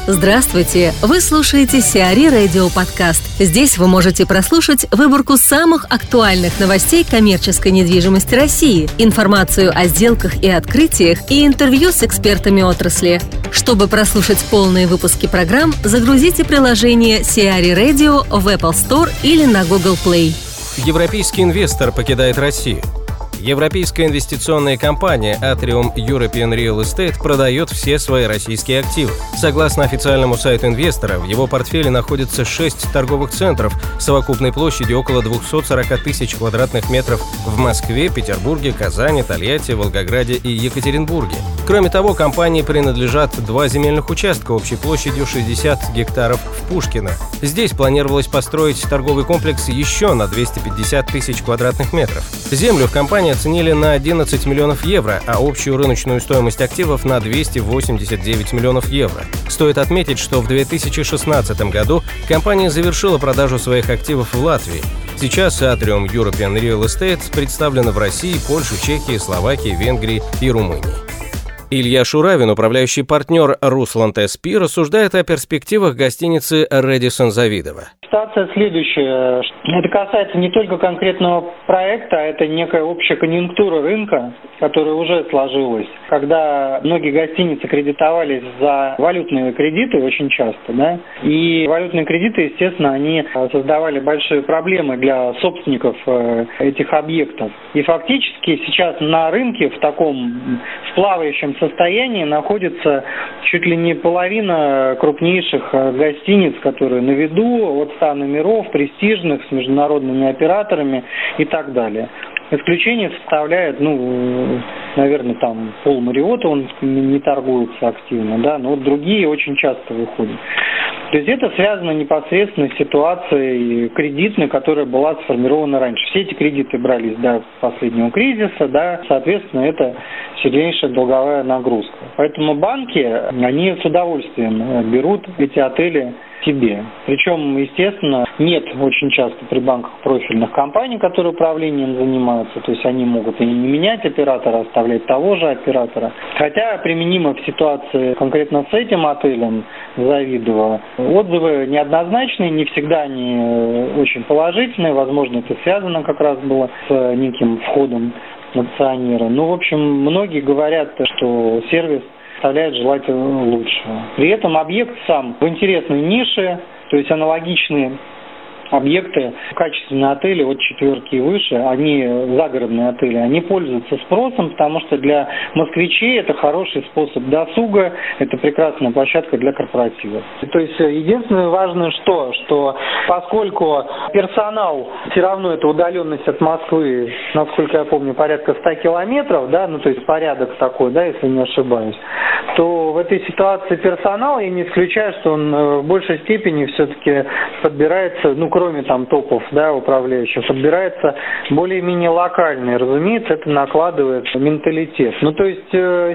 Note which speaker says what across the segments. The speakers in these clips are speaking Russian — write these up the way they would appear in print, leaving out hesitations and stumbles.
Speaker 1: Здравствуйте! Вы слушаете Сиари Радио Подкаст. Здесь вы можете прослушать выборку самых актуальных новостей коммерческой недвижимости России, информацию о сделках и открытиях и интервью с экспертами отрасли. Чтобы прослушать полные выпуски программ, загрузите приложение Сиари Radio в Apple Store или на Google Play.
Speaker 2: Европейский инвестор покидает Россию. Европейская инвестиционная компания Atrium European Real Estate продает все свои российские активы. Согласно официальному сайту инвестора, в его портфеле находится 6 торговых центров совокупной площадью около 240 тысяч квадратных метров в Москве, Петербурге, Казани, Тольятти, Волгограде и Екатеринбурге. Кроме того, компании принадлежат 2 земельных участка общей площадью 60 гектаров в Пушкино. Здесь планировалось построить торговый комплекс еще на 250 тысяч квадратных метров. Землю в компании оценили на 11 миллионов евро, а общую рыночную стоимость активов на 289 миллионов евро. Стоит отметить, что в 2016 году компания завершила продажу своих активов в Латвии. Сейчас Atrium European Real Estate представлена в России, Польше, Чехии, Словакии, Венгрии и Румынии. Илья Шуравин, управляющий партнер Русланд СП, рассуждает о перспективах гостиницы Рэдиссон Завидово.
Speaker 3: Ситуация следующая. Это касается не только конкретного проекта, а это некая общая конъюнктура рынка, которая уже сложилась. Когда многие гостиницы кредитовались за валютные кредиты очень часто, да, и валютные кредиты, естественно, они создавали большие проблемы для собственников этих объектов. И фактически сейчас на рынке в таком плавающем состоянии находится чуть ли не половина крупнейших гостиниц, которые на виду, от 100 номеров, престижных, с международными операторами и так далее. Исключение составляет, наверное, там пол Марриотта, он не торгуется активно, да, но вот другие очень часто выходят. То есть это связано непосредственно с ситуацией кредитной, которая была сформирована раньше. Все эти кредиты брались до последнего кризиса, да, соответственно, это сильнейшая долговая нагрузка. Поэтому банки, они с удовольствием берут эти отели себе. Причем, естественно, нет очень часто при банках профильных компаний, которые управлением занимаются. То есть они могут и не менять оператора, а оставлять того же оператора. Хотя применимо в ситуации конкретно с этим отелем Завидово, отзывы неоднозначные, не всегда они очень положительные. Возможно, это связано как раз было с неким входом акционера. В общем, многие говорят, что сервис оставляет желать лучшего. При этом объект сам в интересной нише, то есть аналогичные объекты, качественные отели от 4 и выше, они загородные отели, они пользуются спросом, потому что для москвичей это хороший способ досуга, это прекрасная площадка для корпоративов. То есть единственное важное, что поскольку персонал все равно это удаленность от Москвы, насколько я помню, порядка 100 километров, да, то есть порядок такой, да, если не ошибаюсь, то в этой ситуации персонал, я не исключаю, что он в большей степени все-таки подбирается, кроме там топов, да, управляющих, подбирается более-менее локальный. Разумеется, это накладывает менталитет. То есть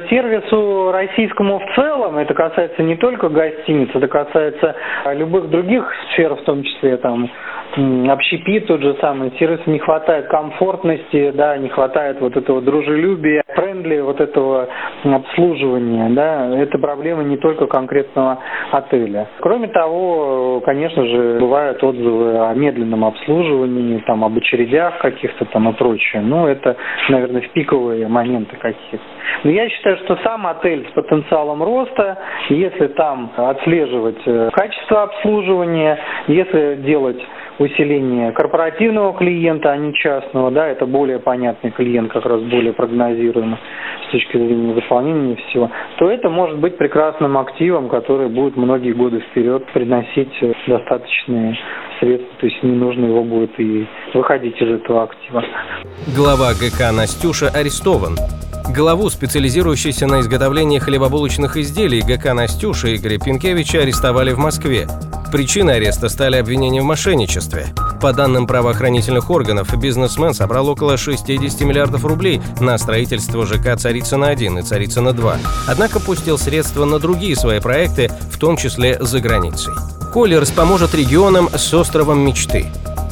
Speaker 3: сервису российскому в целом, это касается не только гостиниц, это касается любых других сфер, в том числе там общепит тот же самый, сервису не хватает комфортности, да, не хватает вот этого дружелюбия, френдли, вот этого обслуживания, да, это проблема не только конкретного отеля. Кроме того, конечно же, бывают отзывы о медленном обслуживании, там, об очередях каких-то там и прочее. Это, наверное, в пиковые моменты какие-то. Но я считаю, что сам отель с потенциалом роста, если там отслеживать качество обслуживания, если делать усиление корпоративного клиента, а не частного, да, это более понятный клиент, как раз более прогнозируемый с точки зрения заполнения всего, то это может быть прекрасным активом, который будет многие годы вперед приносить достаточные средства, то есть не нужно его будет и выходить из этого актива.
Speaker 2: Глава ГК «Настюша» арестован. Главу, специализирующейся на изготовлении хлебобулочных изделий ГК «Настюша» Игоря Пинкевича арестовали в Москве. Причиной ареста стали обвинения в мошенничестве. По данным правоохранительных органов, бизнесмен собрал около 60 миллиардов рублей на строительство ЖК «Царицыно-1» и «Царицыно-2». Однако пустил средства на другие свои проекты, в том числе за границей. Колерс поможет регионам с островом мечты.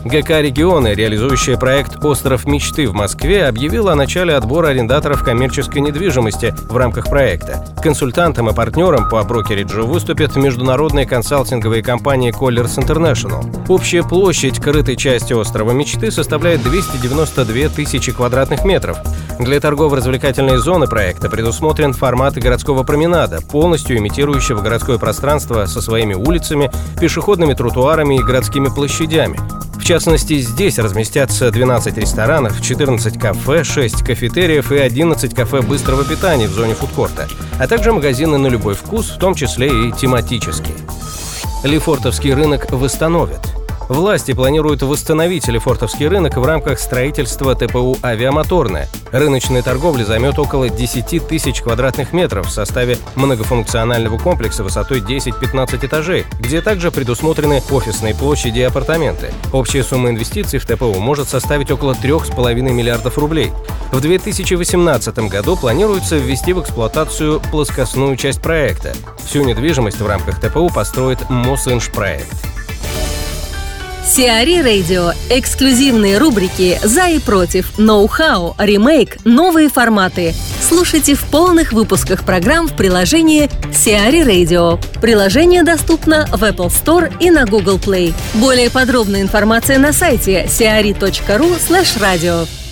Speaker 2: ГК «Регионы», реализующая проект «Остров мечты» в Москве, объявила о начале отбора арендаторов коммерческой недвижимости в рамках проекта. Консультантом и партнером по брокериджу выступят международные консалтинговые компании Colliers International. Общая площадь крытой части «Острова мечты» составляет 292 тысячи квадратных метров. Для торгово-развлекательной зоны проекта предусмотрен формат городского променада, полностью имитирующего городское пространство со своими улицами, пешеходными тротуарами и городскими площадями. В частности, здесь разместятся 12 ресторанов, 14 кафе, 6 кафетериев и 11 кафе быстрого питания в зоне фудкорта, а также магазины на любой вкус, в том числе и тематические. Лефортовский рынок восстановят. Власти планируют восстановить Лефортовский рынок в рамках строительства ТПУ «Авиамоторная». Рыночная торговля займет около 10 тысяч квадратных метров в составе многофункционального комплекса высотой 10-15 этажей, где также предусмотрены офисные площади и апартаменты. Общая сумма инвестиций в ТПУ может составить около 3,5 миллиардов рублей. В 2018 году планируется ввести в эксплуатацию плоскостную часть проекта. Всю недвижимость в рамках ТПУ построит Мосинжпроект.
Speaker 1: Сиари Радио. Эксклюзивные рубрики «За и против», «Ноу-хау», «Ремейк», «Новые форматы». Слушайте в полных выпусках программ в приложении Сиари Radio. Приложение доступно в Apple Store и на Google Play. Более подробная информация на сайте siari.ru/radio.